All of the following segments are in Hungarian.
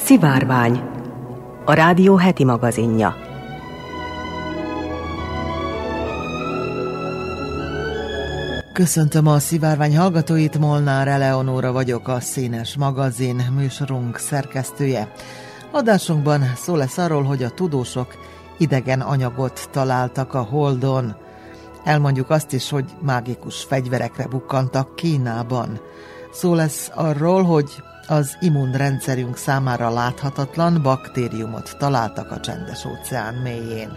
Szivárvány, a rádió heti magazinja. Köszöntöm a Szivárvány hallgatóit, Molnár Eleonóra vagyok, a Színes magazin műsorunk szerkesztője. Adásunkban szó lesz arról, hogy a tudósok idegen anyagot találtak a Holdon. Elmondjuk azt is, hogy mágikus fegyverekre bukkantak Kínában. Szó lesz arról, hogy az immunrendszerünk számára láthatatlan baktériumot találtak a Csendes-óceán mélyén.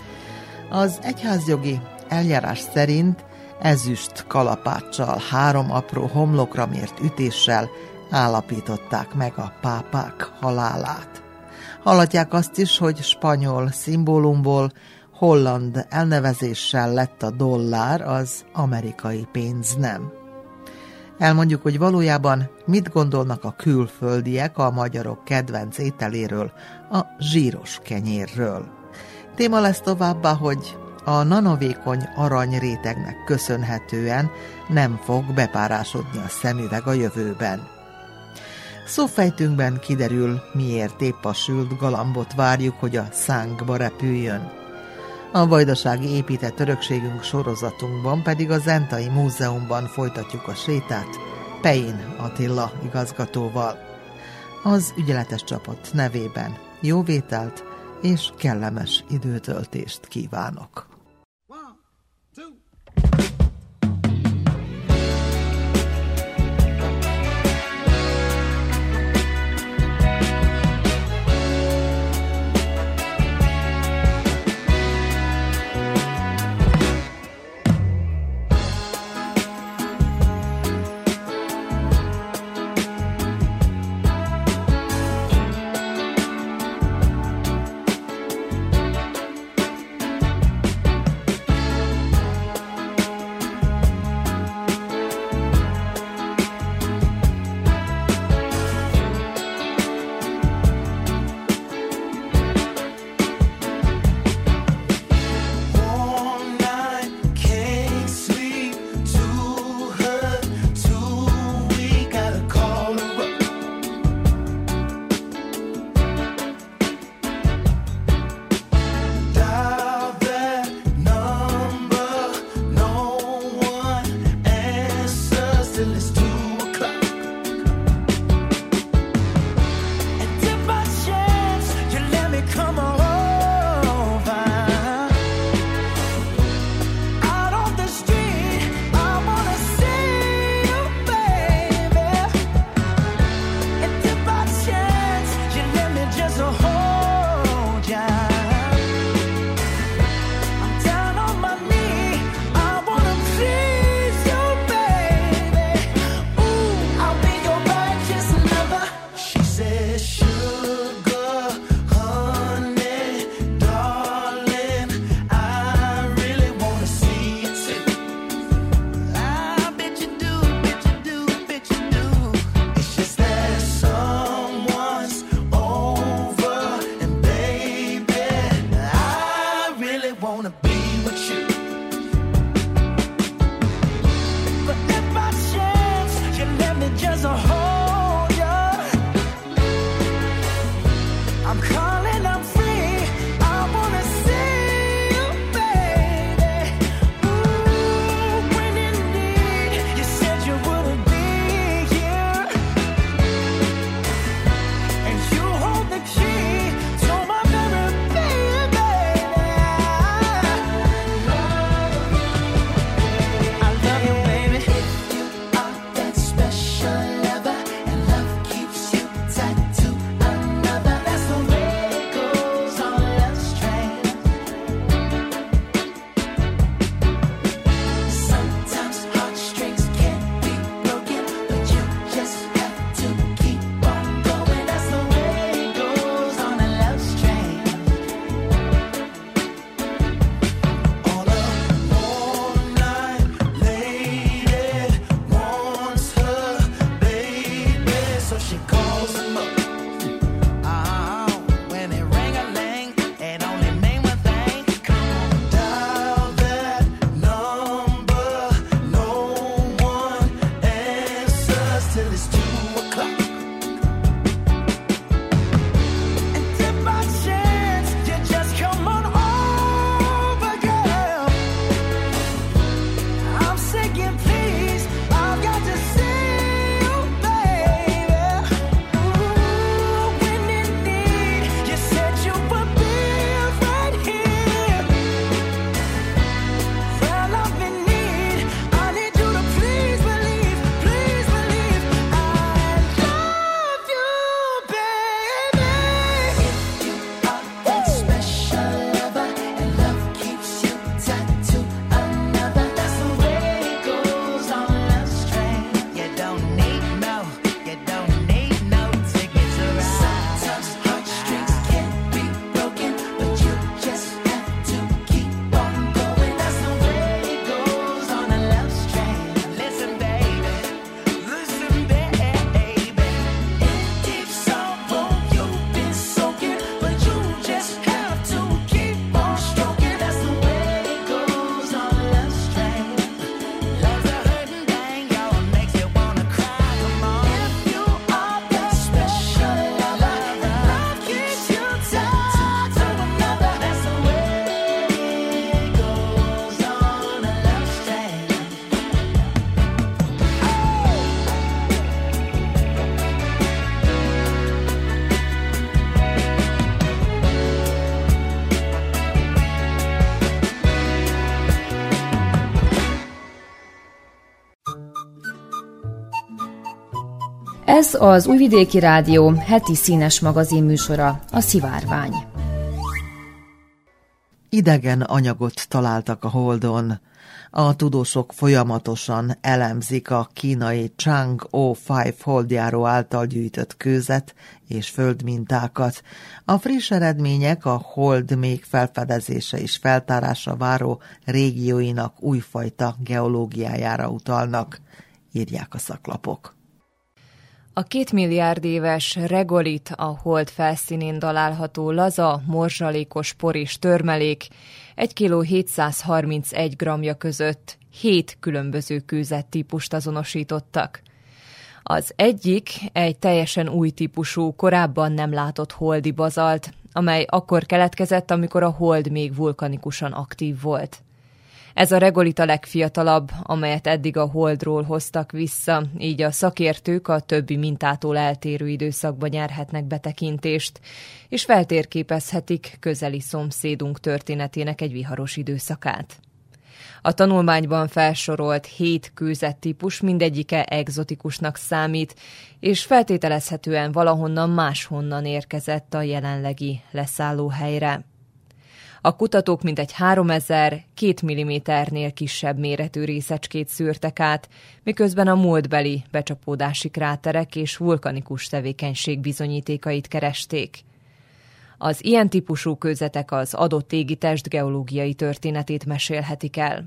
Az egyházjogi eljárás szerint ezüst kalapáccsal, 3 apró homlokra mért ütéssel állapították meg a pápák halálát. Hallatják azt is, hogy spanyol szimbólumból holland elnevezéssel lett a dollár, az amerikai pénz nem. Elmondjuk, hogy valójában mit gondolnak a külföldiek a magyarok kedvenc ételéről, a zsíros kenyérről. Téma lesz továbbá, hogy a nanovékony aranyrétegnek köszönhetően nem fog bepárásodni a szemüveg a jövőben. Szófejtünkben kiderül, miért épp a sült galambot várjuk, hogy a szánkba repüljön. A vajdasági épített örökségünk sorozatunkban pedig a Zentai Múzeumban folytatjuk a sétát Pein Attila igazgatóval. Az ügyeletes csapat nevében jó vételt és kellemes időtöltést kívánok! That's the way Ez az Újvidéki Rádió heti színes magazin műsora, a Szivárvány. Idegen anyagot találtak a Holdon. A tudósok folyamatosan elemzik a kínai Chang'e 5 holdjáró által gyűjtött kőzet és földmintákat. A friss eredmények a hold még felfedezése és feltárásra váró régióinak újfajta geológiájára utalnak, írják a szaklapok. A 2 milliárd éves regolit, a hold felszínén található laza, morzsalékos por és törmelék 1 kg 731 g között 7 különböző kőzettípust azonosítottak. Az egyik egy teljesen új típusú, korábban nem látott holdi bazalt, amely akkor keletkezett, amikor a hold még vulkanikusan aktív volt. Ez a regolit a legfiatalabb, amelyet eddig a holdról hoztak vissza, így a szakértők a többi mintától eltérő időszakba nyerhetnek betekintést, és feltérképezhetik közeli szomszédunk történetének egy viharos időszakát. A tanulmányban felsorolt 7 kőzettípus mindegyike egzotikusnak számít, és feltételezhetően valahonnan máshonnan érkezett a jelenlegi leszállóhelyre. A kutatók mintegy 3000, 2 mm-nél kisebb méretű részecskét szűrtek át, miközben a múltbeli becsapódási kráterek és vulkanikus tevékenység bizonyítékait keresték. Az ilyen típusú kőzetek az adott égitest geológiai történetét mesélhetik el.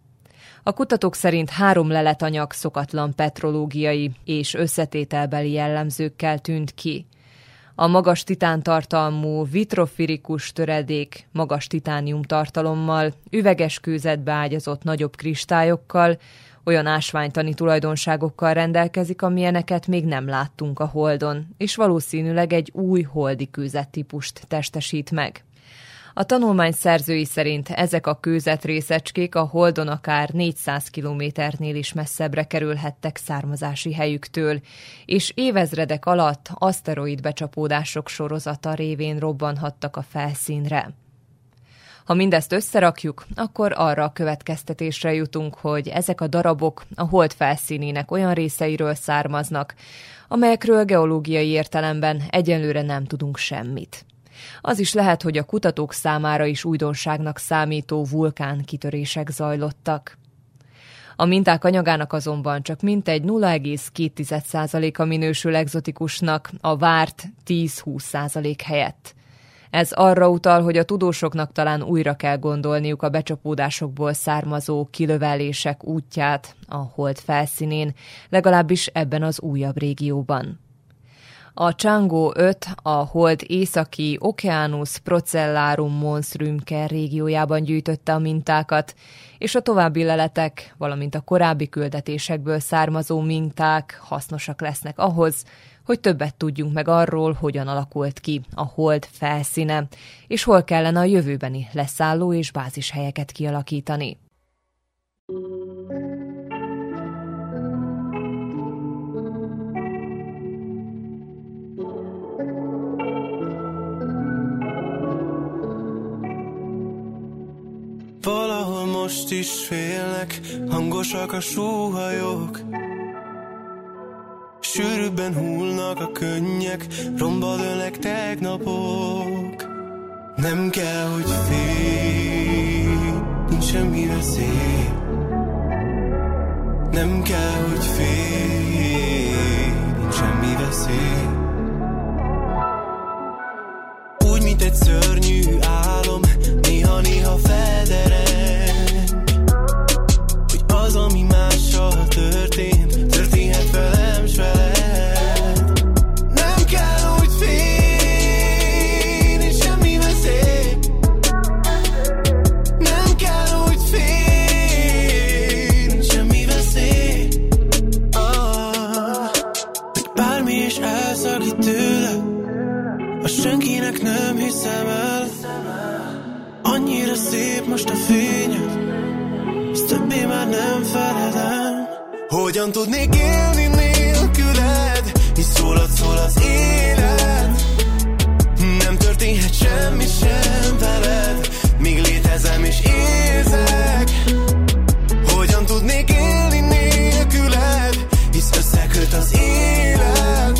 A kutatók szerint 3 leletanyag szokatlan petrológiai és összetételbeli jellemzőkkel tűnt ki. A magas titántartalmú vitrofirikus töredék magas titánium tartalommal, üveges kőzetbe ágyazott nagyobb kristályokkal, olyan ásványtani tulajdonságokkal rendelkezik, amilyeneket még nem láttunk a Holdon, és valószínűleg egy új holdi kőzettípust testesít meg. A tanulmány szerzői szerint ezek a kőzetrészecskék a Holdon akár 400 kilométernél is messzebbre kerülhettek származási helyüktől, és évezredek alatt aszteroid becsapódások sorozata révén robbanhattak a felszínre. Ha mindezt összerakjuk, akkor arra a következtetésre jutunk, hogy ezek a darabok a Hold felszínének olyan részeiről származnak, amelyekről geológiai értelemben egyelőre nem tudunk semmit. Az is lehet, hogy a kutatók számára is újdonságnak számító vulkánkitörések zajlottak. A minták anyagának azonban csak mintegy 0,2%-a minősül egzotikusnak a várt 10-20% helyett. Ez arra utal, hogy a tudósoknak talán újra kell gondolniuk a becsapódásokból származó kilövellések útját a Hold felszínén, legalábbis ebben az újabb régióban. A Chang'e 5 a Hold északi Oceanus Procellarum Mons Rümker régiójában gyűjtötte a mintákat, és a további leletek, valamint a korábbi küldetésekből származó minták hasznosak lesznek ahhoz, hogy többet tudjunk meg arról, hogyan alakult ki a Hold felszíne, és hol kellene a jövőbeni leszálló és bázishelyeket kialakítani. Valahol most is félnek, hangosak a sóhajok. Sűrűbben hullnak a könnyek, romba dőlnek tegnapok. Nem kell, hogy félj, nincs semmi veszély. Nem kell, hogy félj, nincs semmi veszély. Úgy, mint egy szörnyű álom, néha-néha feldereng, hogy az, ami mással történhet velem s veled. Nem kell, hogy félj, nincs semmi veszély. Nem kell, hogy félj, nincs semmi veszély. Bármi is elszakít tőle, azt senkinek nem hiszem el. Annyira szép most a fényed, ezt többé már nem feledem. Hogyan tudnék élni nélküled, hisz rólad szól az élet. Nem történhet semmi sem veled, míg létezem és érzek. Hogyan tudnék élni nélküled, hisz összeköt az élet.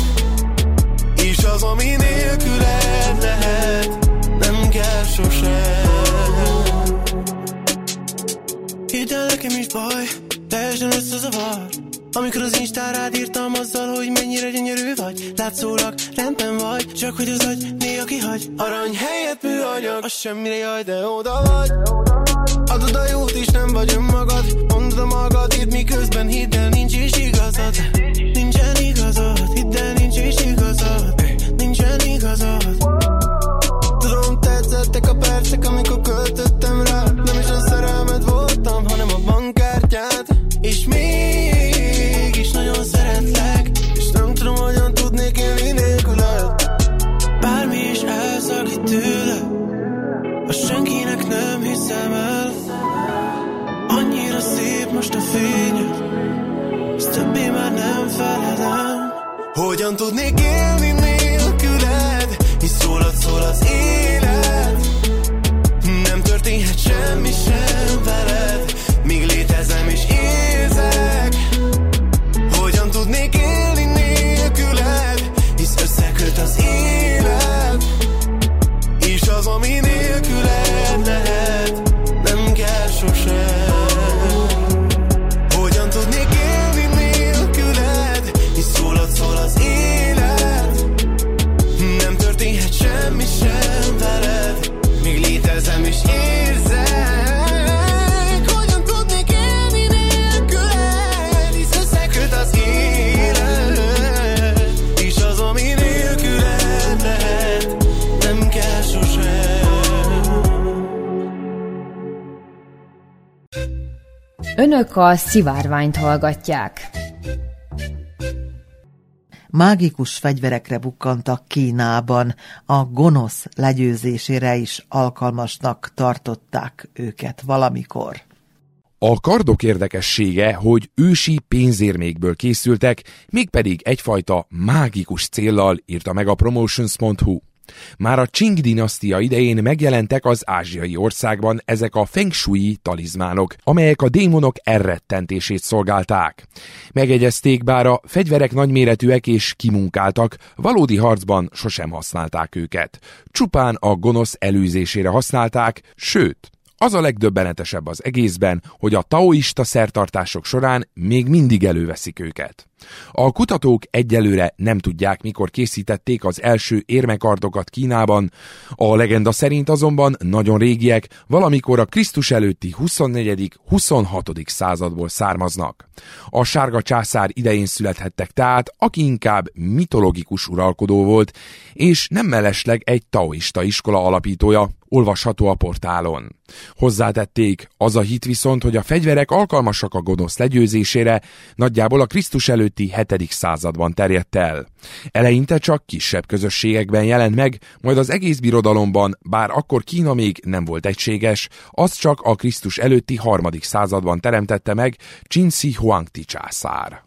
összezavar, amikor az Instán rád írtam azzal, hogy mennyire gyönyörű vagy. Látszólag rendben vagy, csak hogy az agy néha kihagy. Arany helyett műanyag, az semmire, jaj, de oda vagy. Adod a jót és nem vagy önmagad, mondod a magadét, miközben hidd el, nincs is igazad. Nincsen igazad, hidd el, nincs is igazad. Nincsen igazad. Tudom, tetszettek a percek, amikor költöttem rá. Nem is a szerelmed voltam, hanem a bankkártyád. És mégis nagyon szeretlek, és nem tudom, hogyan tudnék élni nélküled. Bármi is elszakít tőle, azt senkinek nem hiszem el. Annyira szép most a fényed, ezt többé már nem feledem. Hogyan tudnék élni nélküled, hisz rólad szól az élet. Nem történhet semmi sem veled, míg létezem és érzek. Hogyan tudnék élni nélküled, hisz összeköt az élet. És az, ami nélküled lehet, nem kell sosem. Hogyan tudnék élni nélküled, hisz rólad szól az élet. Nem történhet semmi sem veled, míg létezem és érzek. Hogyan tudnék élni nélküled, hisz összeköt az élet. És az, ami nélküled lehet, nem kell sosem. Önök a Szivárványt hallgatják. Mágikus fegyverekre bukkantak Kínában, a gonosz legyőzésére is alkalmasnak tartották őket valamikor. A kardok érdekessége, hogy ősi pénzérmékből készültek, mégpedig egyfajta mágikus céllal, írta meg a Promotions.hu. Már a Qing dinasztia idején megjelentek az ázsiai országban ezek a feng shui talizmánok, amelyek a démonok elrettentését szolgálták. Megjegyezték, bár a fegyverek nagyméretűek és kimunkáltak, valódi harcban sosem használták őket. Csupán a gonosz elűzésére használták, sőt, az a legdöbbenetesebb az egészben, hogy a taoista szertartások során még mindig előveszik őket. A kutatók egyelőre nem tudják, mikor készítették az első érmekardokat Kínában, a legenda szerint azonban nagyon régiek, valamikor a Krisztus előtti 24.-26. századból származnak. A sárga császár idején születhettek tehát, aki inkább mitológikus uralkodó volt, és nem mellesleg egy taoista iskola alapítója, olvasható a portálon. Hozzátették, az a hit viszont, hogy a fegyverek alkalmasak a gonosz legyőzésére, nagyjából a Krisztus előtti 7. században terjedt el. Eleinte csak kisebb közösségekben jelent meg, majd az egész birodalomban, bár akkor Kína még nem volt egységes, az csak a Krisztus előtti 3. században teremtette meg Qin Shi Huangdi császár.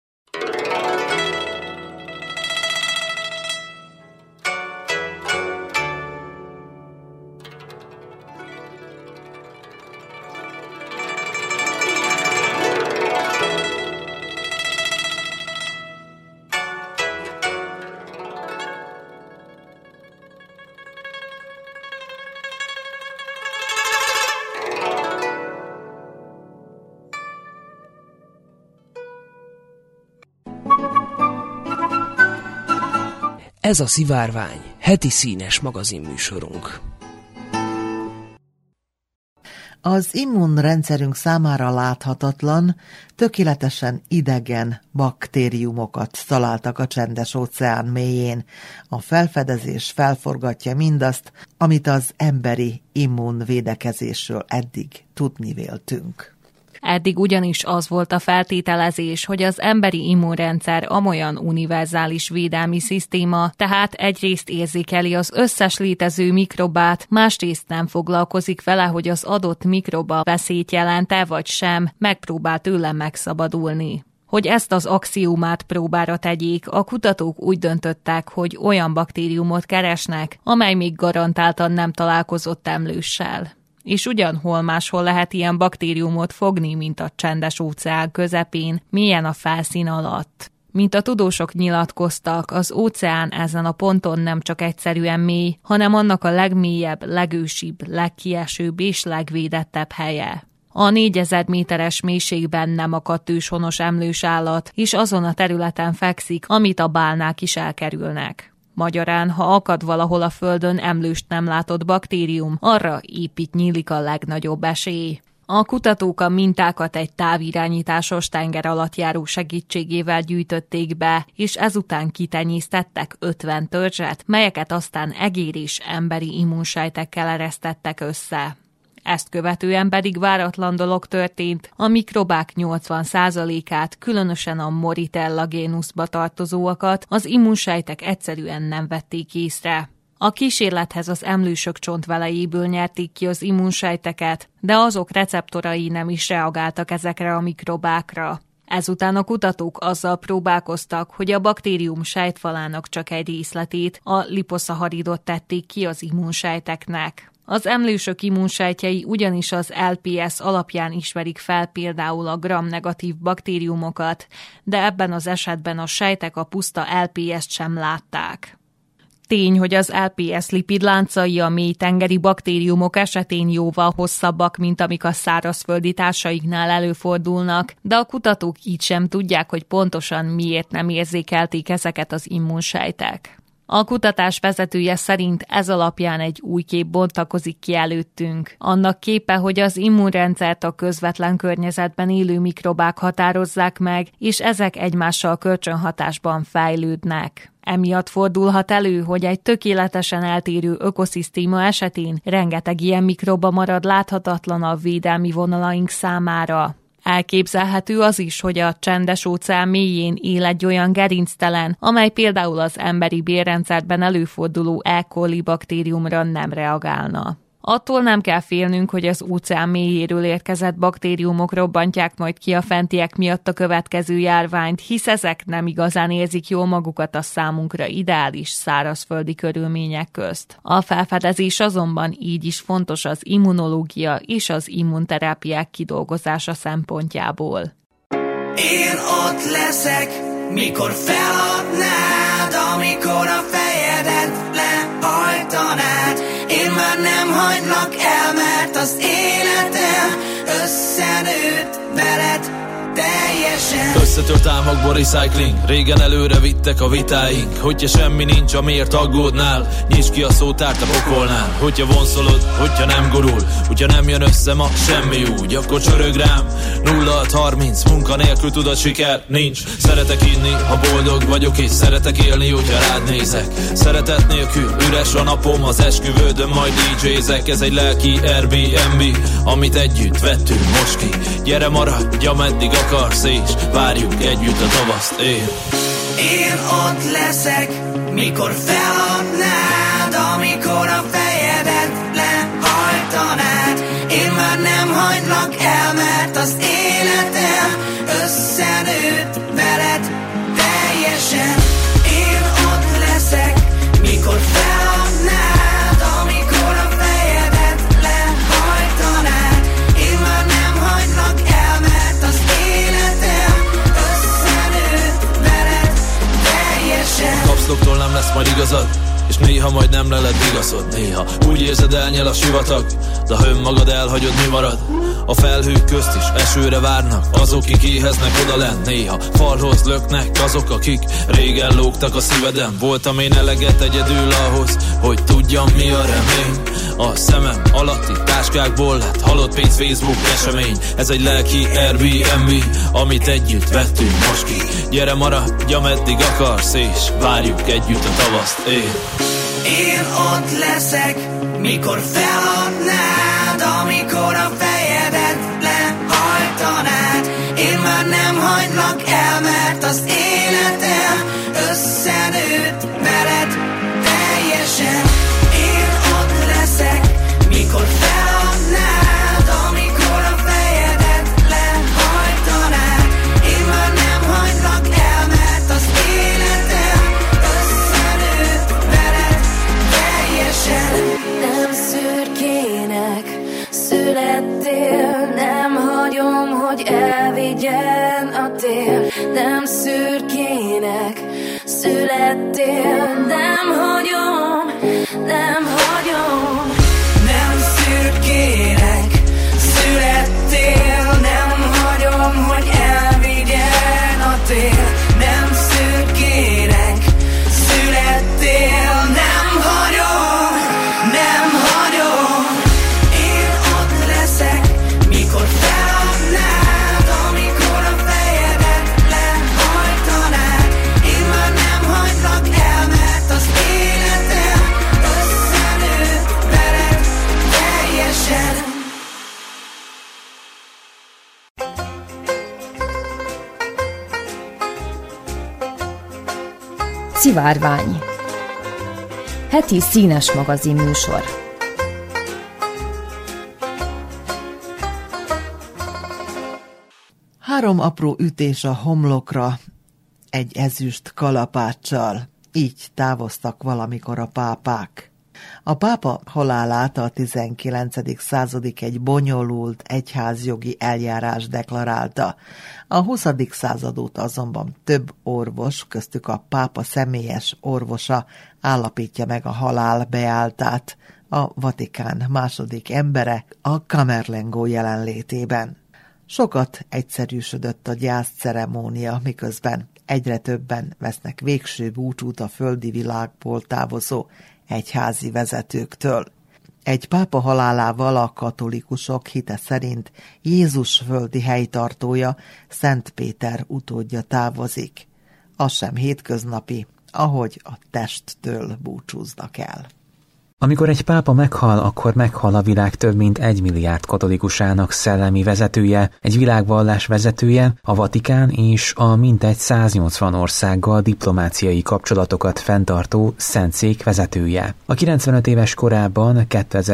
Ez a Szivárvány, heti színes magazinműsorunk. Az immunrendszerünk számára láthatatlan, tökéletesen idegen baktériumokat találtak a Csendes-óceán mélyén. A felfedezés felforgatja mindazt, amit az emberi immunvédekezésről eddig tudni véltünk. Eddig ugyanis az volt a feltételezés, hogy az emberi immunrendszer amolyan univerzális védelmi szisztéma, tehát egyrészt érzékeli az összes létező mikrobát, másrészt nem foglalkozik vele, hogy az adott mikroba veszélyt jelent-e vagy sem, megpróbál tőle megszabadulni. Hogy ezt az axiómát próbára tegyék, a kutatók úgy döntöttek, hogy olyan baktériumot keresnek, amely még garantáltan nem találkozott emlőssel. És ugyanhol máshol lehet ilyen baktériumot fogni, mint a Csendes-óceán közepén, mélyen a felszín alatt. Mint a tudósok nyilatkoztak, az óceán ezen a ponton nem csak egyszerűen mély, hanem annak a legmélyebb, legősibb, legkiesőbb és legvédettebb helye. A 4000 méteres mélységben nem akadt őshonos emlős állat, és azon a területen fekszik, amit a bálnák is elkerülnek. Magyarán, ha akad valahol a földön emlőst nem látott baktérium, arra épp itt nyílik a legnagyobb esély. A kutatók a mintákat egy távirányításos tengeralattjáró segítségével gyűjtötték be, és ezután kitenyésztettek 50 törzset, melyeket aztán egér és emberi immunsejtekkel eresztettek össze. Ezt követően pedig váratlan dolog történt, a mikrobák 80%-át, különösen a Moritella génuszba tartozóakat az immunsejtek egyszerűen nem vették észre. A kísérlethez az emlősök csontvelejéből nyerték ki az immunsejteket, de azok receptorai nem is reagáltak ezekre a mikrobákra. Ezután a kutatók azzal próbálkoztak, hogy a baktérium sejtfalának csak egy részletét, a liposzaharidot tették ki az immunsejteknek. Az emlősök immunsejtjei ugyanis az LPS alapján ismerik fel például a gram-negatív baktériumokat, de ebben az esetben a sejtek a puszta LPS-t sem látták. Tény, hogy az LPS lipidláncai a mélytengeri baktériumok esetén jóval hosszabbak, mint amik a szárazföldi társaiknál előfordulnak, de a kutatók így sem tudják, hogy pontosan miért nem érzékelték ezeket az immunsejtek. A kutatás vezetője szerint ez alapján egy új kép bontakozik ki előttünk. Annak képe, hogy az immunrendszert a közvetlen környezetben élő mikrobák határozzák meg, és ezek egymással kölcsönhatásban fejlődnek. Emiatt fordulhat elő, hogy egy tökéletesen eltérő ökoszisztéma esetén rengeteg ilyen mikroba marad láthatatlan a védelmi vonalaink számára. Elképzelhető az is, hogy a Csendes-óceán mélyén él egy olyan gerinctelen, amely például az emberi bélrendszerben előforduló E. coli baktériumra nem reagálna. Attól nem kell félnünk, hogy az óceán mélyéről érkezett baktériumok robbantják majd ki a fentiek miatt a következő járványt, hisz ezek nem igazán érzik jól magukat a számunkra ideális szárazföldi körülmények közt. A felfedezés azonban így is fontos az immunológia és az immunterápiák kidolgozása szempontjából. Én ott leszek, mikor feladnád, amikor a fejedet lehajtanád. Én már nem hagylak el, mert az életem összenőtt veled teljesen. Összetört álmokból recycling, régen előre vittek a vitáink. Hogyha semmi nincs, amiért aggódnál, nyisd ki a szótárt a pokolnál. Hogyha vonszolod, hogyha nem gurul, hogyha nem jön össze ma semmi úgy, akkor csörög rám 0630, munkanélkül tudod, siker nincs. Szeretek inni, ha boldog vagyok, és szeretek élni, hogyha rád nézek. Szeretet nélkül üres a napom, az esküvődön majd DJ-zek. Ez egy lelki Airbnb, amit együtt vettünk most ki. Gyere, maradj, ameddig akarsz, és várjuk együtt a tavaszt, Én ott leszek, mikor feladnád, amikor a fejedet lehajtanád. Én már nem hagylak el, mert az életem összenőtt veled teljesen. Én ott leszek, mikor feladnád, amikor a fejedet lehajtanád. Én már nem hagylak el, mert az életem összenőtt veled teljesen. Kapszloktól nem lesz majd igazad, és néha majd nem leled igazod. Néha úgy érzed, elnyel a sivatag, de ha önmagad elhagyod, mi marad? A felhők közt is esőre várnak azok, akik éheznek odalent. Néha falhoz löknek azok, akik régen lógtak a szíveden. Voltam én eleget egyedül ahhoz, hogy tudjam, mi a remény. A szemem alatti táskákból lett halott pénz, Facebook esemény. Ez egy lelki Airbnb, amit együtt vettünk most ki. Gyere, maradj, ameddig akarsz, és várjuk együtt a tavaszt, Én ott leszek, mikor feladnád, amikor a fejedet lehajtanád. Én már nem hagylak el, mert az életem összenőtt veled teljesen. Én ott leszek, mikor feladnád, amikor a fejedet lehajtanád. Én már nem hagylak el, mert az életem összenőtt veled teljesen. Nem szürkének születtél, nem hagyom, hogy elvigyen a tél. Nem szürkének születtél, nem hagyom, nem hagyom. Nem szürkének születtél, Szivárvány. Heti színes magazinműsor. Három apró ütés a homlokra, egy ezüst kalapáccsal. Így távoztak valamikor a pápák. A pápa halálát a 19. századig egy bonyolult egyházjogi eljárás deklarálta. A 20. század óta azonban több orvos, köztük a pápa személyes orvosa állapítja meg a halál beálltát, a Vatikán második embere a Camerlengo jelenlétében. Sokat egyszerűsödött a gyászceremónia, miközben egyre többen vesznek végső búcsút a földi világból távozó egyházi vezetőktől. Egy pápa halálával a katolikusok hite szerint Jézus földi helytartója, Szent Péter utódja távozik. Az sem hétköznapi, ahogy a testtől búcsúznak el. Amikor egy pápa meghal, akkor meghal a világ több mint 1 milliárd katolikusának szellemi vezetője, egy világvallás vezetője, a Vatikán és a mintegy 180 országgal diplomáciai kapcsolatokat fenntartó Szentszék vezetője. A 95 éves korában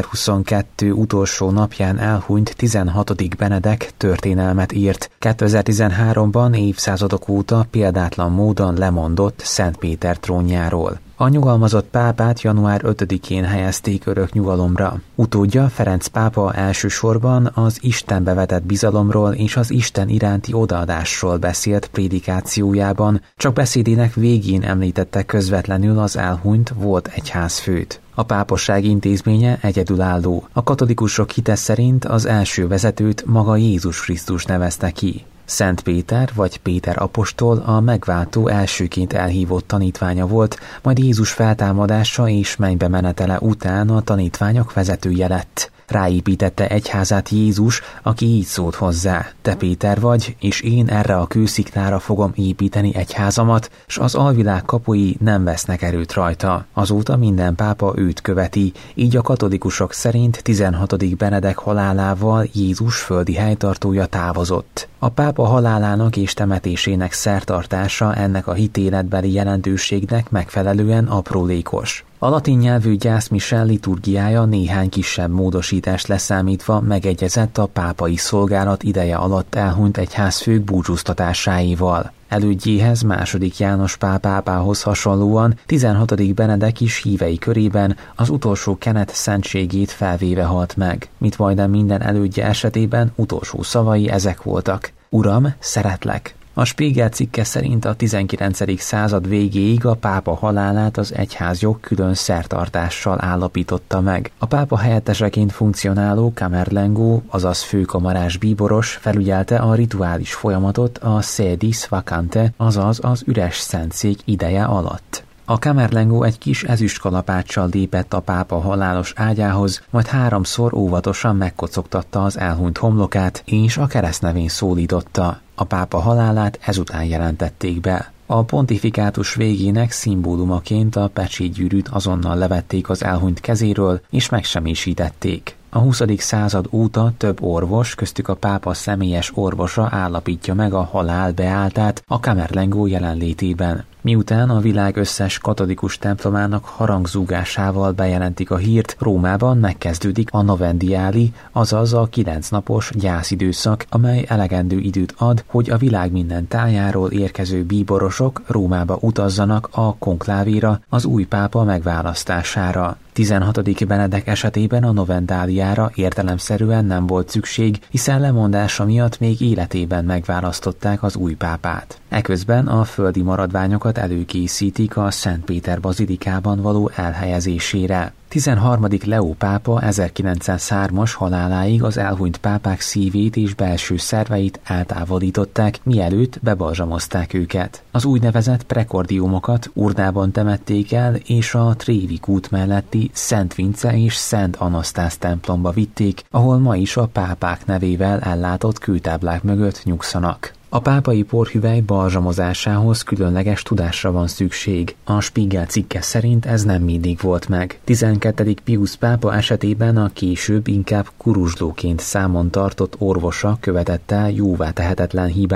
2022 utolsó napján elhunyt 16. Benedek történelmet írt. 2013-ban évszázadok óta példátlan módon lemondott Szent Péter trónjáról. A nyugalmazott pápát január 5-én helyezték örök nyugalomra. Utódja, Ferenc pápa elsősorban az Istenbe vetett bizalomról és az Isten iránti odaadásról beszélt prédikációjában, csak beszédének végén említette közvetlenül az elhunyt volt egyházfőt. A pápasság intézménye egyedülálló. A katolikusok hite szerint az első vezetőt maga Jézus Krisztus nevezte ki. Szent Péter vagy Péter apostol a megváltó elsőként elhívott tanítványa volt, majd Jézus feltámadása és mennybe menetele után a tanítványok vezetője lett. Ráépítette egyházát Jézus, aki így szólt hozzá: te Péter vagy, és én erre a kősziklára fogom építeni egyházamat, s az alvilág kapui nem vesznek erőt rajta. Azóta minden pápa őt követi, így a katolikusok szerint 16. Benedek halálával Jézus földi helytartója távozott. A pápa halálának és temetésének szertartása ennek a hitéletbeli jelentőségnek megfelelően aprólékos. A latin nyelvű gyászmise liturgiája néhány kisebb módosítást leszámítva megegyezett a pápai szolgálat ideje alatt elhunyt egyházfők búcsúztatásáival. Elődjéhez, II. János pápához hasonlóan 16. Benedek is hívei körében az utolsó kenet szentségét felvéve halt meg. Mint majdnem minden elődje esetében utolsó szavai ezek voltak: Uram, szeretlek! A Spiegel cikke szerint a 19. század végéig a pápa halálát az egyházjog külön szertartással állapította meg. A pápa helyetteseként funkcionáló Camerlengo, azaz főkamarás bíboros felügyelte a rituális folyamatot a sedis vacante, azaz az üres szentszék ideje alatt. A Camerlengo egy kis ezüstkalapáccsal lépett a pápa halálos ágyához, majd 3-szor óvatosan megkocogtatta az elhunyt homlokát, és a keresztnevén szólította. A pápa halálát ezután jelentették be. A pontifikátus végének szimbólumaként a pecsétgyűrűt azonnal levették az elhunyt kezéről, és megsemmisítették. A 20. század óta több orvos, köztük a pápa személyes orvosa állapítja meg a halál beálltát a Camerlengo jelenlétében. Miután a világ összes katolikus templomának harangzúgásával bejelentik a hírt, Rómában megkezdődik a novendiáli, azaz a 9 napos gyászidőszak, amely elegendő időt ad, hogy a világ minden tájáról érkező bíborosok Rómába utazzanak a konklávéra, az új pápa megválasztására. 16. Benedek esetében a novendáliára értelemszerűen nem volt szükség, hiszen lemondása miatt még életében megválasztották az új pápát. Eközben a földi maradványokat előkészítik a Szent Péter bazilikában való elhelyezésére. 13. Leó pápa 1903-as haláláig az elhunyt pápák szívét és belső szerveit eltávolították, mielőtt bebalzsamozták őket. Az úgynevezett prekordiumokat urnában temették el, és a Trévi kút melletti Szent Vince és Szent Anasztász templomba vitték, ahol ma is a pápák nevével ellátott kőtáblák mögött nyugszanak. A pápai porhüvely balzsamozásához különleges tudásra van szükség. A Spiegel cikke szerint ez nem mindig volt meg. 12. Piusz pápa esetében a később inkább kuruzslóként számon tartott orvosa követett el jóvá tehetetlen hibát.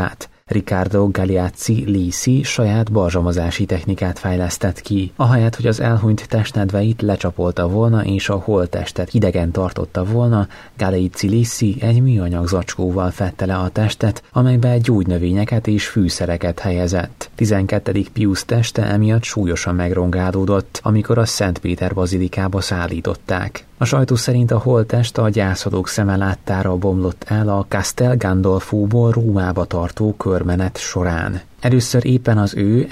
Riccardo Galeazzi Lisi saját balzsamozási technikát fejlesztett ki. Ahelyett, hogy az elhunyt testnedveit lecsapolta volna és a holttestet hidegen tartotta volna, Galeazzi Lisi egy műanyag zacskóval fedte le a testet, amelybe gyógynövényeket és fűszereket helyezett. 12. Pius teste emiatt súlyosan megrongálódott, amikor a Szent Péter bazilikába szállították. A sajtó szerint a holttest a gyászolók szeme láttára bomlott el a Castel Gandolfóból Rómába tartó körmenet során. Először éppen az ő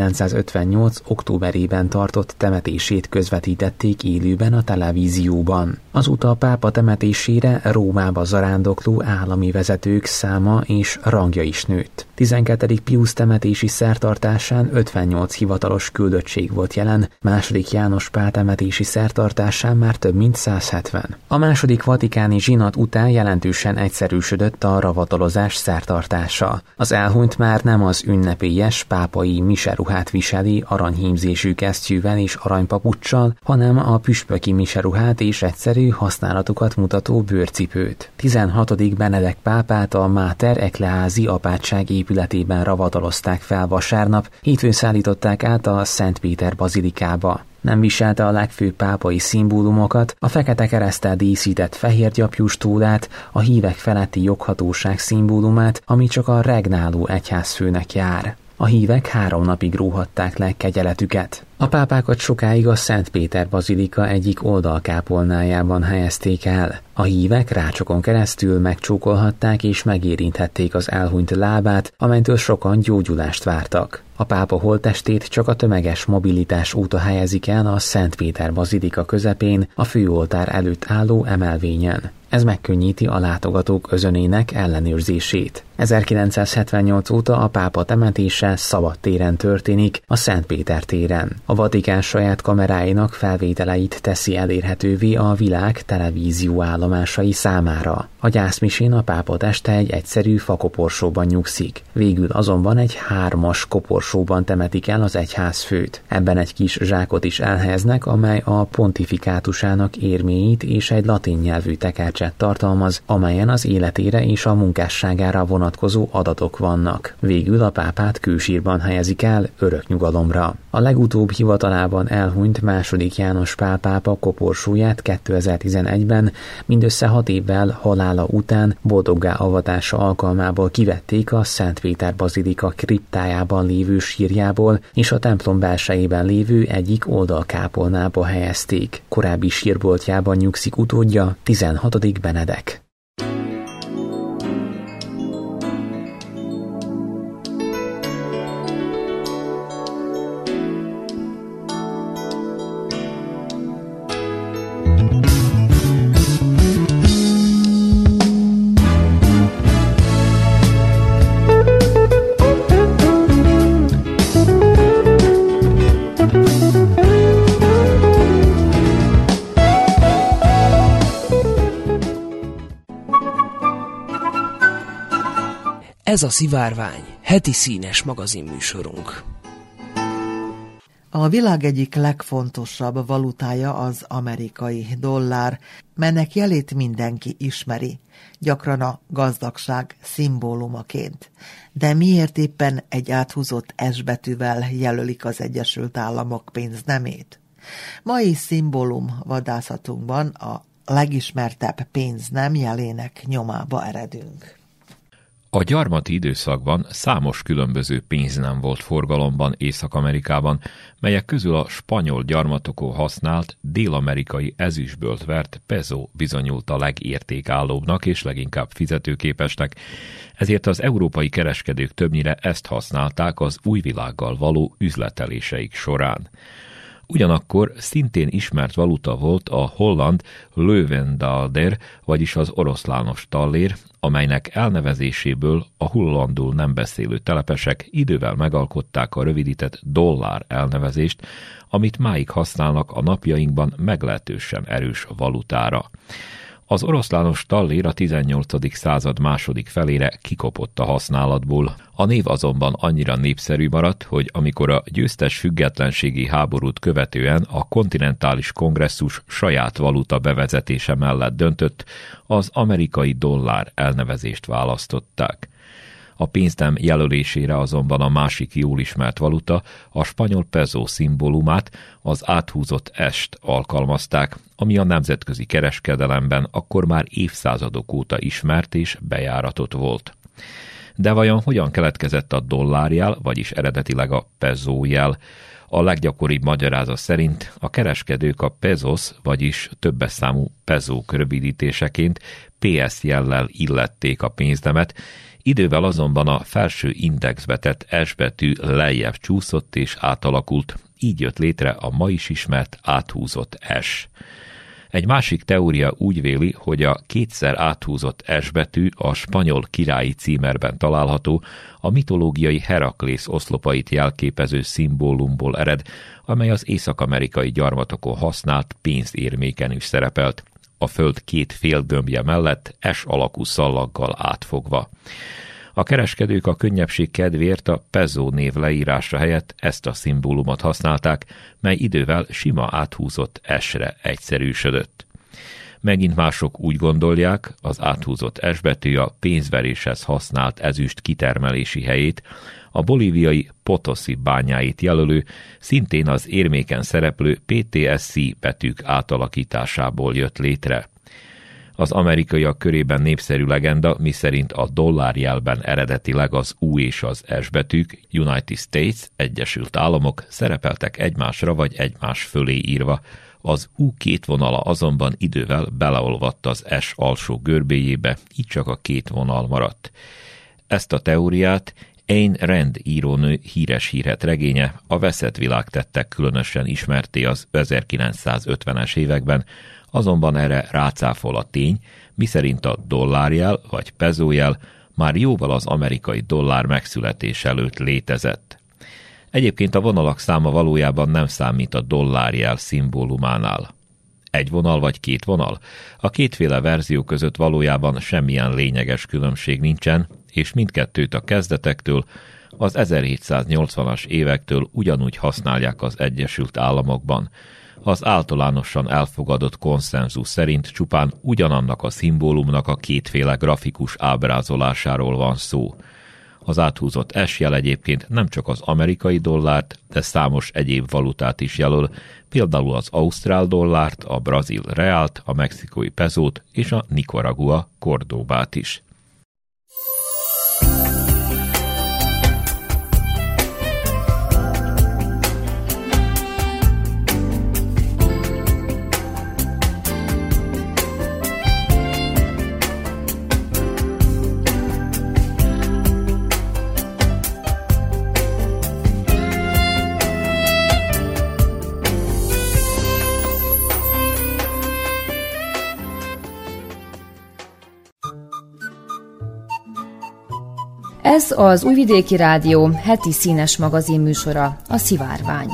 1958. októberében tartott temetését közvetítették élőben a televízióban. Azóta a pápa temetésére Rómába zarándokló állami vezetők száma és rangja is nőtt. 12. Pius temetési szertartásán 58 hivatalos küldöttség volt jelen, II. János Pál temetési szertartásán már több mint 170. A második vatikáni zsinat után jelentősen egyszerűsödött a ravatalozás szertartása. Az elhunyt már nem az ünnepélyes pápai miseruhát viseli aranyhímzésű kesztyűvel és aranypapuccsal, hanem a püspöki miseruhát és egyszerű használatukat mutató bőrcipőt. 16. Benedek pápát a Mater Ecclesiae apátság épületében ravatalozták fel vasárnap, hétfőn szállították át a Szent Péter bazilikába. Nem viselte a legfőbb pápai szimbólumokat, a fekete kereszttel díszített fehér gyapjús tólát, a hívek feletti joghatóság szimbólumát, ami csak a regnáló egyházfőnek jár. A hívek 3 napig róhatták le kegyeletüket. A pápákat sokáig a Szent Péter bazilika egyik oldalkápolnájában helyezték el. A hívek rácsokon keresztül megcsókolhatták és megérinthették az elhunyt lábát, amellytől sokan gyógyulást vártak. A pápa holttestét csak a tömeges mobilitás óta helyezik el a Szent Péter bazilika közepén, a főoltár előtt álló emelvényen. Ez megkönnyíti a látogatók özönének ellenőrzését. 1978 óta a pápa temetése szabad téren történik, a Szent Péter téren. A Vatikán saját kameráinak felvételeit teszi elérhetővé a világ televízió állomásai számára. A gyászmisén a pápa teste egy egyszerű fakoporsóban nyugszik. Végül azonban egy 3-as koporsóban temetik el az egyházfőt. Ebben egy kis zsákot is elhelyeznek, amely a pontifikátusának érméit és egy latin nyelvű tekercset tartalmaz, amelyen az életére és a munkásságára vonatkozó adatok vannak. Végül a pápát kősírban helyezik el örök nyugalomra. A legutóbb hivatalában elhunyt II. János Pál pápa koporsóját 2011-ben, mindössze 6 évvel halála után boldoggá avatása alkalmából kivették a Szent Péter bazilika kriptájában lévő sírjából, és a templom belsejében lévő egyik oldalkápolnába helyezték. Korábbi sírboltjában nyugszik utódja, 16. Benedek. Ez a Szivárvány, heti színes magazinműsorunk. A világ egyik legfontosabb valutája az amerikai dollár, melynek jelét mindenki ismeri, gyakran a gazdagság szimbólumaként. De miért éppen egy áthúzott S betűvel jelölik az Egyesült Államok pénznemét? Mai szimbólum vadászatunkban a legismertebb pénznem jelének nyomába eredünk. A gyarmati időszakban számos különböző pénznem volt forgalomban Észak-Amerikában, melyek közül a spanyol gyarmatokon használt dél-amerikai ezüstből vert peso bizonyult a legértékállóbbnak és leginkább fizetőképesnek, ezért az európai kereskedők többnyire ezt használták az új világgal való üzleteléseik során. Ugyanakkor szintén ismert valuta volt a holland Löwendalder, vagyis az oroszlános tallér, amelynek elnevezéséből a hollandul nem beszélő telepesek idővel megalkották a rövidített dollár elnevezést, amit máig használnak a napjainkban meglehetősen erős valutára. Az oroszlános tallér a 18. század második felére kikopott a használatból. A név azonban annyira népszerű maradt, hogy amikor a győztes függetlenségi háborút követően a kontinentális kongresszus saját valuta bevezetése mellett döntött, az amerikai dollár elnevezést választották. A pénznem jelölésére azonban a másik jól ismert valuta, a spanyol peso szimbólumát, az áthúzott est alkalmazták, ami a nemzetközi kereskedelemben akkor már évszázadok óta ismert és bejáratott volt. De vajon hogyan keletkezett a dollárjel, vagyis eredetileg a peso jel? A leggyakoribb magyarázat szerint a kereskedők a pesos, vagyis többes számú pezók rövidítéseként PS jellel illették a pénznemet, idővel azonban a felső indexbe tett S betű lejjebb csúszott és átalakult, így jött létre a ma is ismert áthúzott S. Egy másik teória úgy véli, hogy a kétszer áthúzott S betű a spanyol királyi címerben található, a mitológiai Heraklész oszlopait jelképező szimbólumból ered, amely az észak-amerikai gyarmatokon használt pénzérméken is szerepelt, a föld két fél gömbje mellett S alakú szallaggal átfogva. A kereskedők a könnyebbség kedvéért a peso név leírása helyett ezt a szimbólumot használták, mely idővel sima áthúzott S-re egyszerűsödött. Megint mások úgy gondolják, az áthúzott S betű a pénzveréshez használt ezüst kitermelési helyét, a bolíviai Potosí bányáit jelölő, szintén az érméken szereplő PTSC betűk átalakításából jött létre. Az amerikaiak körében népszerű legenda, miszerint a dollárjelben eredetileg az U és az S betűk, United States, Egyesült Államok szerepeltek egymásra vagy egymás fölé írva. Az U két vonala azonban idővel beleolvadt az S alsó görbéjébe, így csak a két vonal maradt. Ezt a teóriát Ayn Rand írónő híres hírhedt regénye, a Veszett világ tettek különösen ismerté az 1950-es években, azonban erre rácáfol a tény, miszerint a dollárjel vagy pezójel már jóval az amerikai dollár megszületés előtt létezett. Egyébként a vonalak száma valójában nem számít a dollárjel szimbólumánál. Egy vonal vagy két vonal? A kétféle verzió között valójában semmilyen lényeges különbség nincsen, és mindkettőt a kezdetektől, az 1780-as évektől ugyanúgy használják az Egyesült Államokban. Az általánosan elfogadott konszenzus szerint csupán ugyanannak a szimbólumnak a kétféle grafikus ábrázolásáról van szó. Az áthúzott S jel egyébként nem csak az amerikai dollárt, de számos egyéb valutát is jelöl, például az ausztrál dollárt, a brazil reált, a mexikói pezót és a Nicaragua Cordobát is. Ez az Újvidéki Rádió heti színes magazin műsora, a Szivárvány.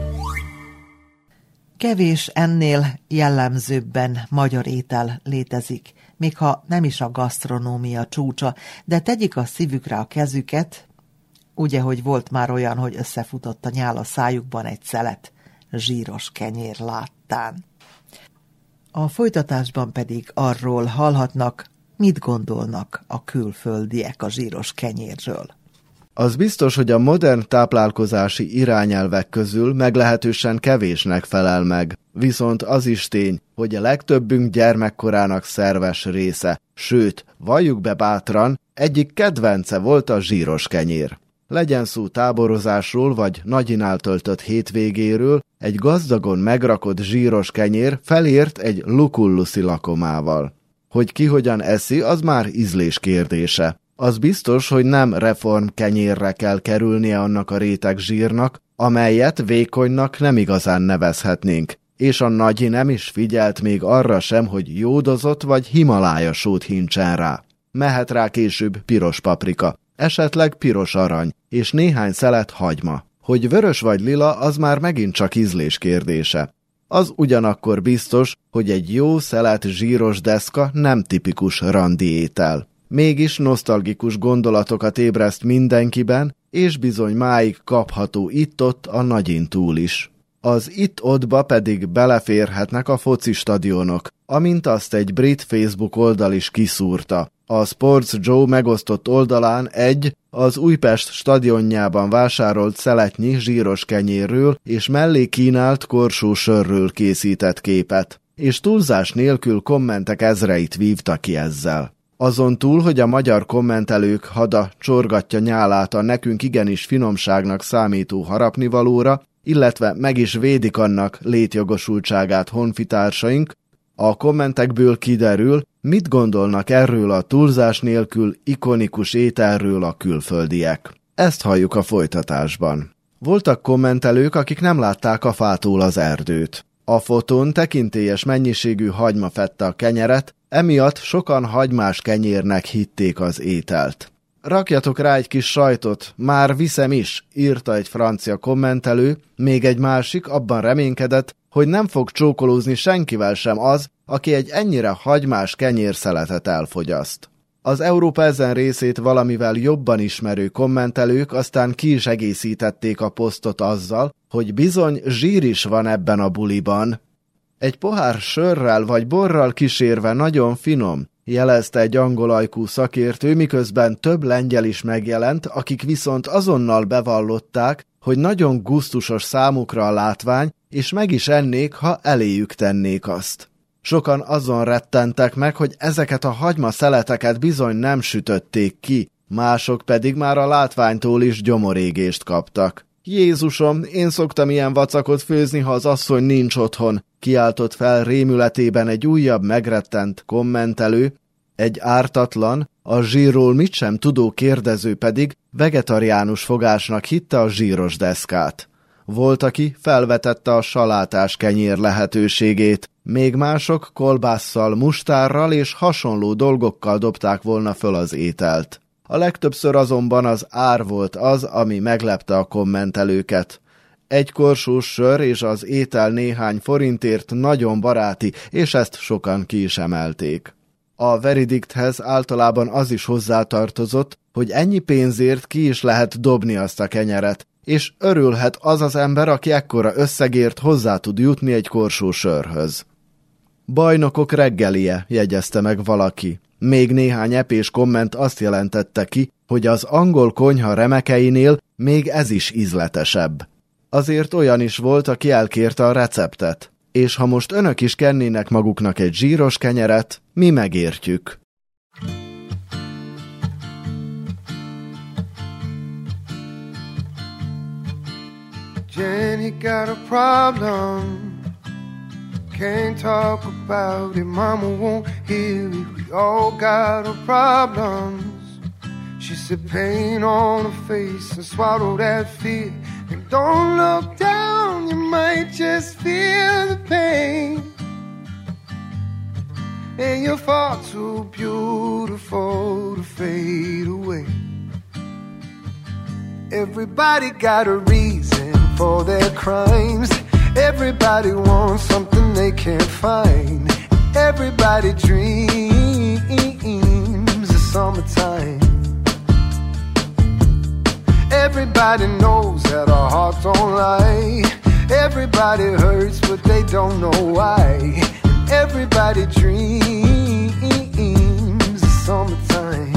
Kevés ennél jellemzőbben magyar étel létezik, még ha nem is a gasztronómia csúcsa, de tegyik a szívükre a kezüket, ugye, hogy volt már olyan, hogy összefutott a nyál a szájukban egy szelet zsíros kenyér láttán. A folytatásban pedig arról hallhatnak, mit gondolnak a külföldiek a zsíros kenyérről. Az biztos, hogy a modern táplálkozási irányelvek közül meglehetősen kevésnek felel meg. Viszont az is tény, hogy a legtöbbünk gyermekkorának szerves része, sőt, valljuk be bátran, egyik kedvence volt a zsíros kenyér. Legyen szó táborozásról vagy nagyinál töltött hétvégéről, egy gazdagon megrakott zsíros kenyér felért egy lukulluszi lakomával. Hogy ki hogyan eszi, az már ízlés kérdése. Az biztos, hogy nem reform kenyérre kell kerülnie annak a réteg zsírnak, amelyet vékonynak nem igazán nevezhetnénk, és a nagyi nem is figyelt még arra sem, hogy jódozott vagy Himalája sót hincsen rá. Mehet rá később piros paprika, esetleg piros arany, és néhány szelet hagyma. Hogy vörös vagy lila, az már megint csak ízlés kérdése. Az ugyanakkor biztos, hogy egy jó szelet zsíros deszka nem tipikus randi étel. Mégis nosztalgikus gondolatokat ébreszt mindenkiben, és bizony máig kapható itt-ott a nagyin túl is. Az itt-ottba pedig beleférhetnek a foci stadionok, amint azt egy brit Facebook oldal is kiszúrta. A Sports Joe megosztott oldalán egy az Újpest stadionjában vásárolt szeletnyi zsíros kenyérről és mellé kínált korsó sörről készített képet, és túlzás nélkül kommentek ezreit vívta ki ezzel. Azon túl, hogy a magyar kommentelők hada csorgatja nyálát a nekünk igenis finomságnak számító harapnivalóra, illetve meg is védik annak létjogosultságát honfitársaink, a kommentekből kiderül, mit gondolnak erről a túlzás nélkül ikonikus ételről a külföldiek. Ezt halljuk a folytatásban. Voltak kommentelők, akik nem látták a fától az erdőt. A fotón tekintélyes mennyiségű hagyma fette a kenyeret, emiatt sokan hagymás kenyérnek hitték az ételt. Rakjatok rá egy kis sajtot, már viszem is, írta egy francia kommentelő, még egy másik abban reménykedett, hogy nem fog csókolózni senkivel sem az, aki egy ennyire hagymás kenyérszeletet elfogyaszt. Az Európa ezen részét valamivel jobban ismerő kommentelők aztán ki is egészítették a posztot azzal, hogy bizony zsír is van ebben a buliban. Egy pohár sörrel vagy borral kísérve nagyon finom, jelezte egy angol ajkú szakértő, miközben több lengyel is megjelent, akik viszont azonnal bevallották, hogy nagyon gusztusos számukra a látvány, és meg is ennék, ha eléjük tennék azt. Sokan azon rettentek meg, hogy ezeket a hagyma szeleteket bizony nem sütötték ki, mások pedig már a látványtól is gyomorégést kaptak. Jézusom, én szoktam ilyen vacakot főzni, ha az asszony nincs otthon, kiáltott fel rémületében egy újabb megrettent kommentelő, egy ártatlan, a zsírról mit sem tudó kérdező pedig vegetariánus fogásnak hitte a zsíros deszkát. Volt, aki felvetette a salátás kenyér lehetőségét, még mások kolbásszal, mustárral és hasonló dolgokkal dobták volna föl az ételt. A legtöbbször azonban az ár volt az, ami meglepte a kommentelőket. Egy korsós sör és az étel néhány forintért nagyon baráti, és ezt sokan ki is emelték. A Verdikthez általában az is hozzátartozott, hogy ennyi pénzért ki is lehet dobni azt a kenyeret, és örülhet az az ember, aki ekkora összegért hozzá tud jutni egy korsó sörhöz. Bajnokok reggelie, jegyezte meg valaki. Még néhány epés komment azt jelentette ki, hogy az angol konyha remekeinél még ez is ízletesebb. Azért olyan is volt, aki elkérte a receptet. És ha most önök is kennének maguknak egy zsíros kenyeret, mi megértjük. Jenny got a problem, can't talk about it, mama won't hear it, we all got our problems. She said pain on her face and swallow that fear, and don't look down, you might just feel the pain. And you're far too beautiful to fade away. Everybody got a reason for their crimes. Everybody wants something they can't find. Everybody dreams of summertime. Everybody knows that our hearts don't lie. Everybody hurts but they don't know why. Everybody dreams of summertime.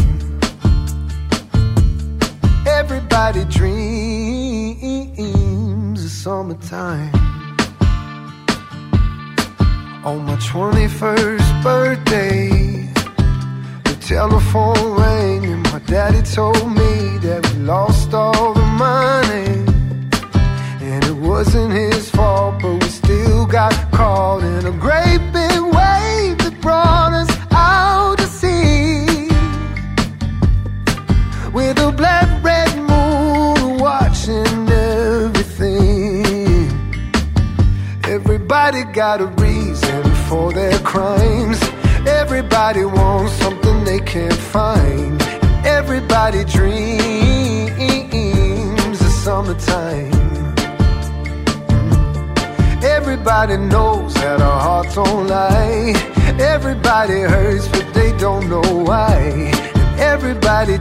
Everybody dreams of summertime. On my 21st birthday, the telephone rang and my daddy told me that we lost all the money. And it wasn't his fault, but we still got caught in a great big wave that brought us out to sea. With a black red moon watching everything. Everybody got a reason for their crimes. Everybody wants something they can't find. Everybody dreams of summertime. Everybody knows that our hearts don't lie. Everybody hurts but they don't know why. Everybody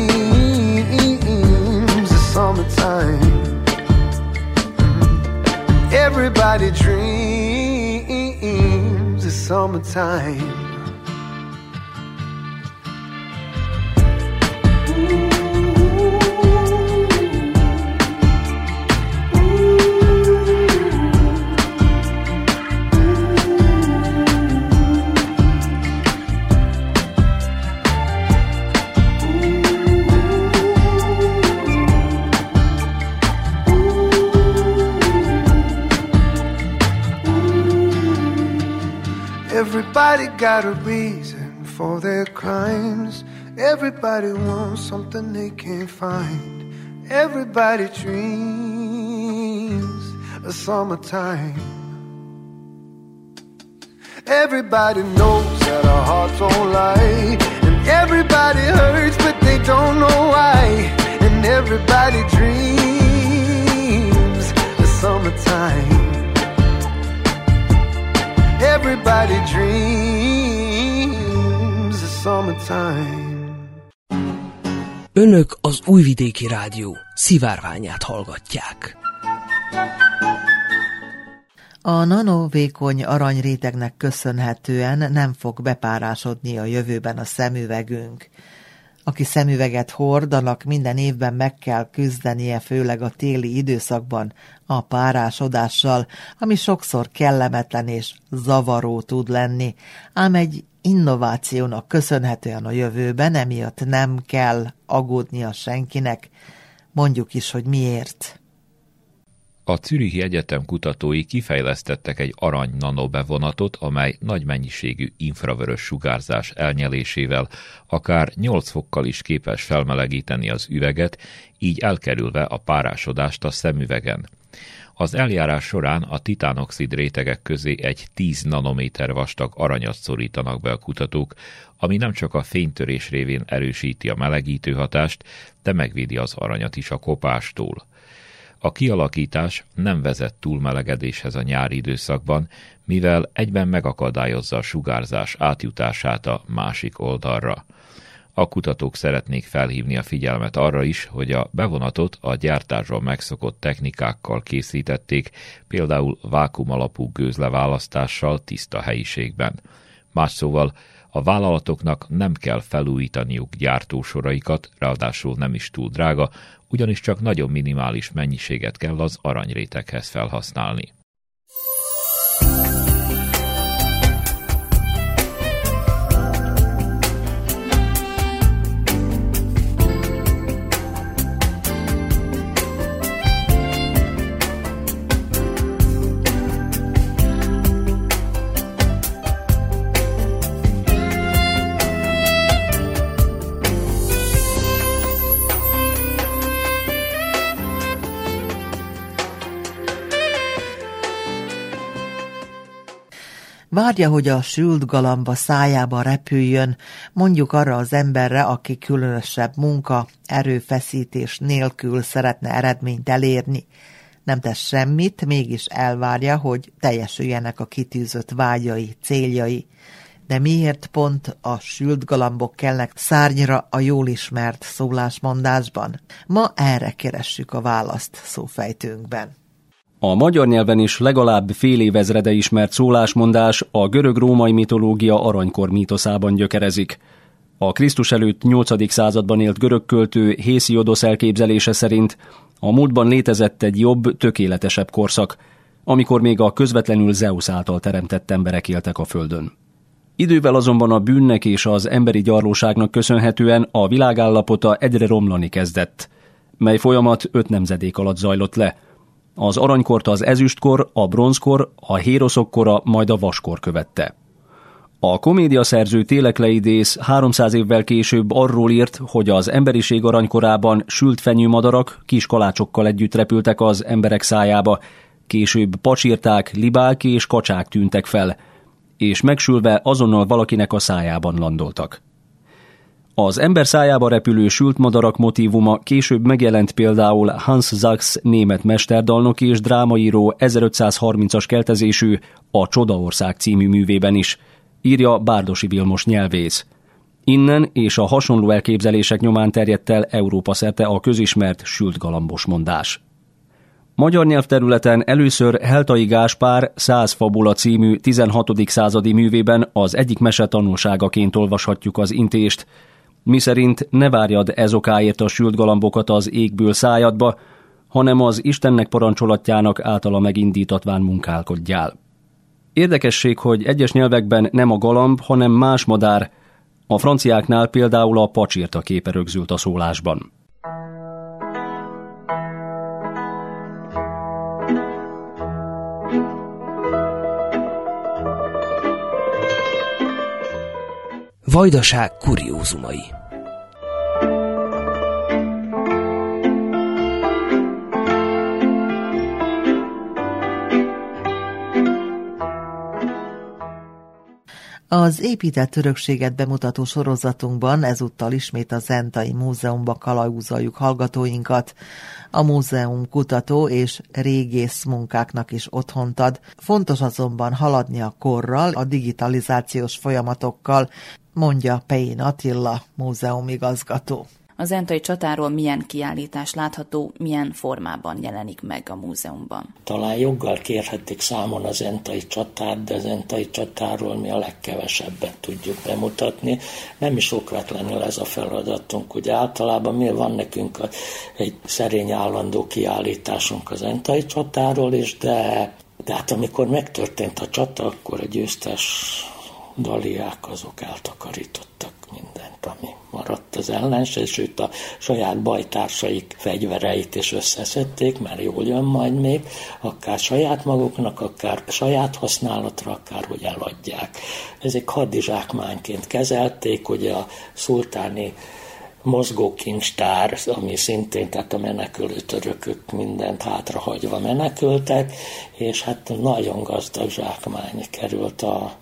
dreams of summertime. Everybody dreams of summertime. Everybody got a reason for their crimes. Everybody wants something they can't find. Everybody dreams of summertime. Everybody knows that our hearts don't lie. And everybody hurts but they don't know why. And everybody dreams of summertime. Everybody dreams of summertime. Önök az Újvidéki Rádió szivárványát hallgatják. A nanovékony aranyrétegnek köszönhetően nem fog bepárásodni a jövőben a szemüvegünk. Aki szemüveget hord, annak minden évben meg kell küzdenie, főleg a téli időszakban, a párásodással, ami sokszor kellemetlen és zavaró tud lenni, ám egy innovációnak köszönhetően a jövőben emiatt nem kell aggódnia senkinek. Mondjuk is, hogy miért. A Zürichi Egyetem kutatói kifejlesztettek egy arany nanobevonatot, amely nagy mennyiségű infravörös sugárzás elnyelésével akár 8 fokkal is képes felmelegíteni az üveget, így elkerülve a párásodást a szemüvegen. Az eljárás során a titánoxid rétegek közé egy 10 nanométer vastag aranyat szorítanak be a kutatók, ami nem csak a fénytörés révén erősíti a melegítő hatást, de megvédi az aranyat is a kopástól. A kialakítás nem vezet túlmelegedéshez a nyári időszakban, mivel egyben megakadályozza a sugárzás átjutását a másik oldalra. A kutatók szeretnék felhívni a figyelmet arra is, hogy a bevonatot a gyártásról megszokott technikákkal készítették, például vákuumalapú gőzleválasztással tiszta helyiségben. Más szóval a vállalatoknak nem kell felújítaniuk gyártósoraikat, ráadásul nem is túl drága, ugyanis csak nagyon minimális mennyiséget kell az aranyréteghez felhasználni. Várja, hogy a sült galamba szájába repüljön, mondjuk arra az emberre, aki különösebb munka, erőfeszítés nélkül szeretne eredményt elérni. Nem tesz semmit, mégis elvárja, hogy teljesüljenek a kitűzött vágyai, céljai. De miért pont a sült galambok kelnek szárnyra a jól ismert szólásmondásban? Ma erre keressük a választ szófejtőnkben. A magyar nyelven is legalább fél évezrede ismert szólásmondás a görög-római mitológia aranykor mítoszában gyökerezik. A Krisztus előtt 8. században élt görög költő Hésziodosz elképzelése szerint a múltban létezett egy jobb, tökéletesebb korszak, amikor még a közvetlenül Zeusz által teremtett emberek éltek a földön. Idővel azonban a bűnnek és az emberi gyarlóságnak köszönhetően a világállapota egyre romlani kezdett, mely folyamat 5 nemzedék alatt zajlott le. Az aranykort az ezüstkor, a bronzkor, a héroszok kora, majd a vaskor követte. A komédiaszerző Télekleidész 300 évvel később arról írt, hogy az emberiség aranykorában sült fenyőmadarak kis kalácsokkal együtt repültek az emberek szájába, később pacsirták, libák és kacsák tűntek fel, és megsülve azonnal valakinek a szájában landoltak. Az ember szájába repülő sült madarak motívuma később megjelent például Hans Sachs német mesterdalnok és drámaíró 1530-as keltezésű A Csodaország című művében is, írja Bárdossy Vilmos nyelvész. Innen és a hasonló elképzelések nyomán terjedt el Európa szerte a közismert sült galambos mondás. Magyar nyelvterületen először Heltai Gáspár 100 fabula című 16. századi művében az egyik mese tanulságaként olvashatjuk az intést. miszerint ne várjad ezokáért a sült galambokat az égből szájadba, hanem az Istennek parancsolatjának általa megindítatván munkálkodjál. Érdekesség, hogy egyes nyelvekben nem a galamb, hanem más madár, a franciáknál például a pacsirta képe rögzült a szólásban. Vajdaság kuriózumai. Az épített örökséget bemutató sorozatunkban ezúttal ismét a Zentai Múzeumba kalauzoljuk hallgatóinkat. A múzeum kutató és régész munkáknak is otthont ad. Fontos azonban haladni a korral, a digitalizációs folyamatokkal, mondja Pején Attila, múzeumigazgató. A zentai csatáról milyen kiállítás látható, milyen formában jelenik meg a múzeumban? Talán joggal kérhetik számon a zentai csatát, de a zentai csatáról mi a legkevesebbet tudjuk bemutatni. Nem is okvetlenül ez a feladatunk. Ugye általában miért van nekünk egy szerény állandó kiállításunk a zentai csatáról is, de hát amikor megtörtént a csata, akkor a győztes daliák azok eltakarítottak mindent, ami maradt az ellenség, sőt a saját bajtársaik fegyvereit is összeszedték, mert jól jön majd még, akár saját maguknak, akár saját használatra, akár hogy eladják. Ezek hadizsákmányként kezelték, ugye a szultáni mozgókincstár, ami szintén, tehát a menekülő törökök mindent hátrahagyva menekültek, és hát nagyon gazdag zsákmány került a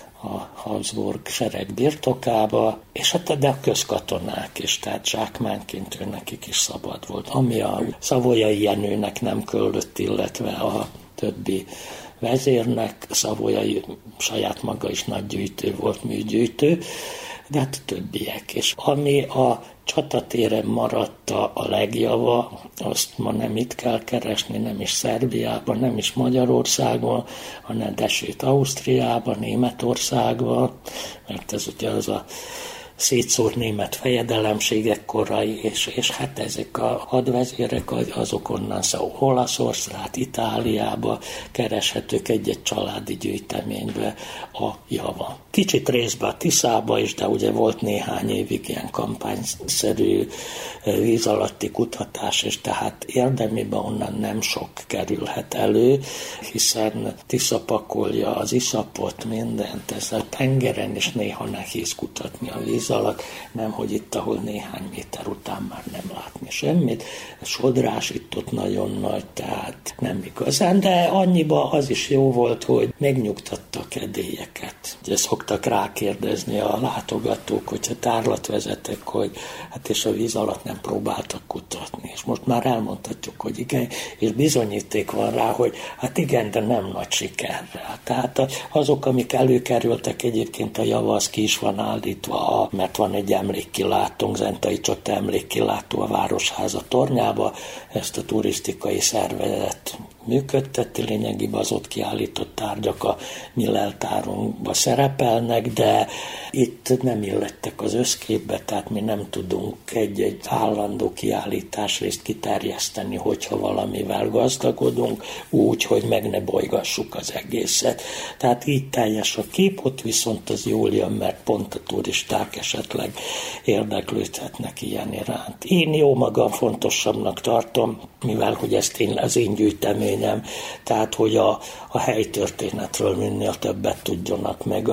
Habsburg sereg birtokába, és hát de a közkatonák is, tehát zsákmányként ő nekik is szabad volt. Ami a Savoyai Jenőnek nem küldött, illetve a többi vezérnek, Savoyai saját maga is nagy gyűjtő volt, műgyűjtő, de hát a többiek is. Ami a csatatéren maradt a legjava, azt ma nem itt kell keresni, nem is Szerbiában, nem is Magyarországon, hanem desét Ausztriában, Németországban, mert ez ugye az a szétszórt német fejedelemségek korai, és hát ezek a hadvezérek azok onnan Olaszország, Itáliába kereshetők egy-egy családi gyűjteménybe a java. Kicsit részben a Tiszába is, de ugye volt néhány évig ilyen kampányszerű víz alatti kutatás, és tehát érdemében onnan nem sok kerülhet elő, hiszen Tisza pakolja az iszapot, mindent, ez a tengeren is néha nehéz kutatni a víz alatt, nemhogy itt, ahol néhány méter után már nem látni semmit. A sodrás itt ott nagyon nagy, tehát nem igazán, de annyiba az is jó volt, hogy megnyugtatta a kedélyeket. Ugye szoktak rákérdezni a látogatók, hogyha tárlat vezetek, hogy hát és a víz alatt nem próbáltak kutatni. És most már elmondhatjuk, hogy igen, és bizonyíték van rá, hogy hát igen, de nem nagy sikerrel. Tehát azok, amik előkerültek egyébként a java, az ki is van állítva, mert van egy emlékkilátónk, Zentai csata emlékkilátó a Városháza tornyába, ezt a turisztikai szervezet működteti, lényegében az ott kiállított tárgyak a mi leltárunkba szerepelnek, de itt nem illettek az összképbe, tehát mi nem tudunk egy állandó kiállításrészt kiterjeszteni, hogyha valamivel gazdagodunk, úgy, hogy meg ne bolygassuk az egészet. Tehát így teljes a kép, ott viszont az jól jön, mert pont a turisták esetleg érdeklődhetnek ilyen iránt. Én jó magam fontosabbnak tartom, mivel hogy ez tényleg az én gyűjteményem, tehát hogy a helytörténetről minél többet tudjanak meg.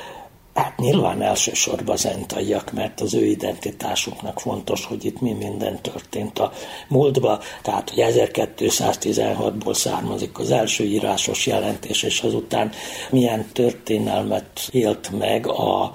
Hát nyilván elsősorban zentaiak, mert az ő identitásuknak fontos, hogy itt mi minden történt a múltban. Tehát, hogy 1216-ból származik az első írásos jelentés, és azután milyen történelmet élt meg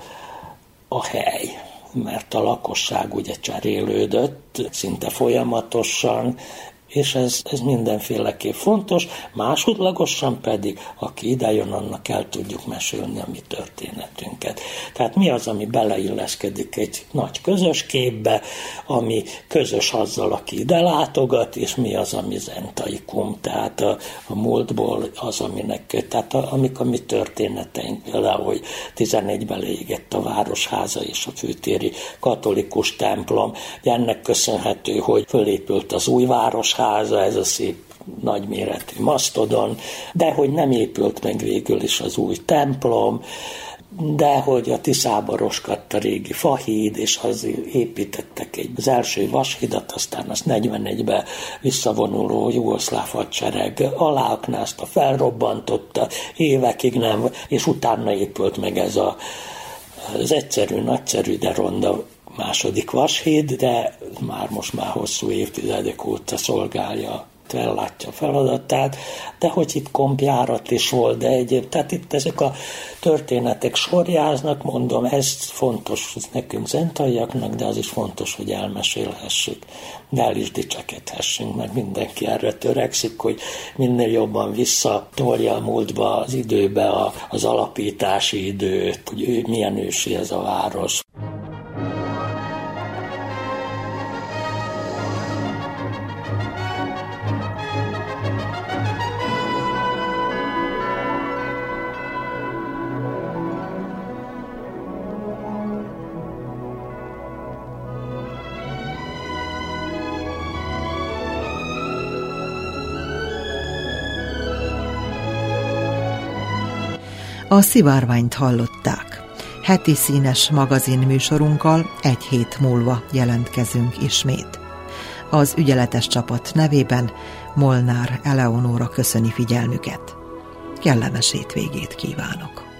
a hely. Mert a lakosság ugye cserélődött szinte folyamatosan, és ez mindenféleképp fontos, másodlagosan pedig, aki idejön, annak el tudjuk mesélni a mi történetünket. Tehát mi az, ami beleilleszkedik egy nagy közös képbe, ami közös azzal, aki ide látogat, és mi az, ami zentaikum, tehát a múltból az, aminek, tehát amik a mi történeteink, például, hogy 11-ben leégett a Városháza és a főtéri katolikus templom, ennek köszönhető, hogy fölépült az új Városháza, ez a szép nagyméretű masztodon, de hogy nem épült meg végül is az új templom, de hogy a Tiszába roskadt a régi fahíd, és az építettek az első vashidat, aztán azt 41-ben visszavonuló jugoszláv hadsereg aláaknázta, felrobbantotta, évekig nem, és utána épült meg ez az egyszerű, nagyszerű, de ronda második vashíd, de most már hosszú évtizedek óta szolgálja, ellátja a feladatát, de hogy itt kompjárat is volt, de egyéb, tehát itt ezek a történetek sorjáznak, mondom, ez fontos nekünk zentaiaknak, de az is fontos, hogy elmesélhessük, de el is dicsekedhessünk, mert mindenki erre törekszik, hogy minél jobban visszatolja a múltba, az időbe az alapítási időt, hogy milyen ősi ez a város. A Szivárványt hallották. Heti színes magazin műsorunkkal egy hét múlva jelentkezünk ismét. Az ügyeletes csapat nevében Molnár Eleonóra köszöni figyelmüket. Kellemes hétvégét kívánok!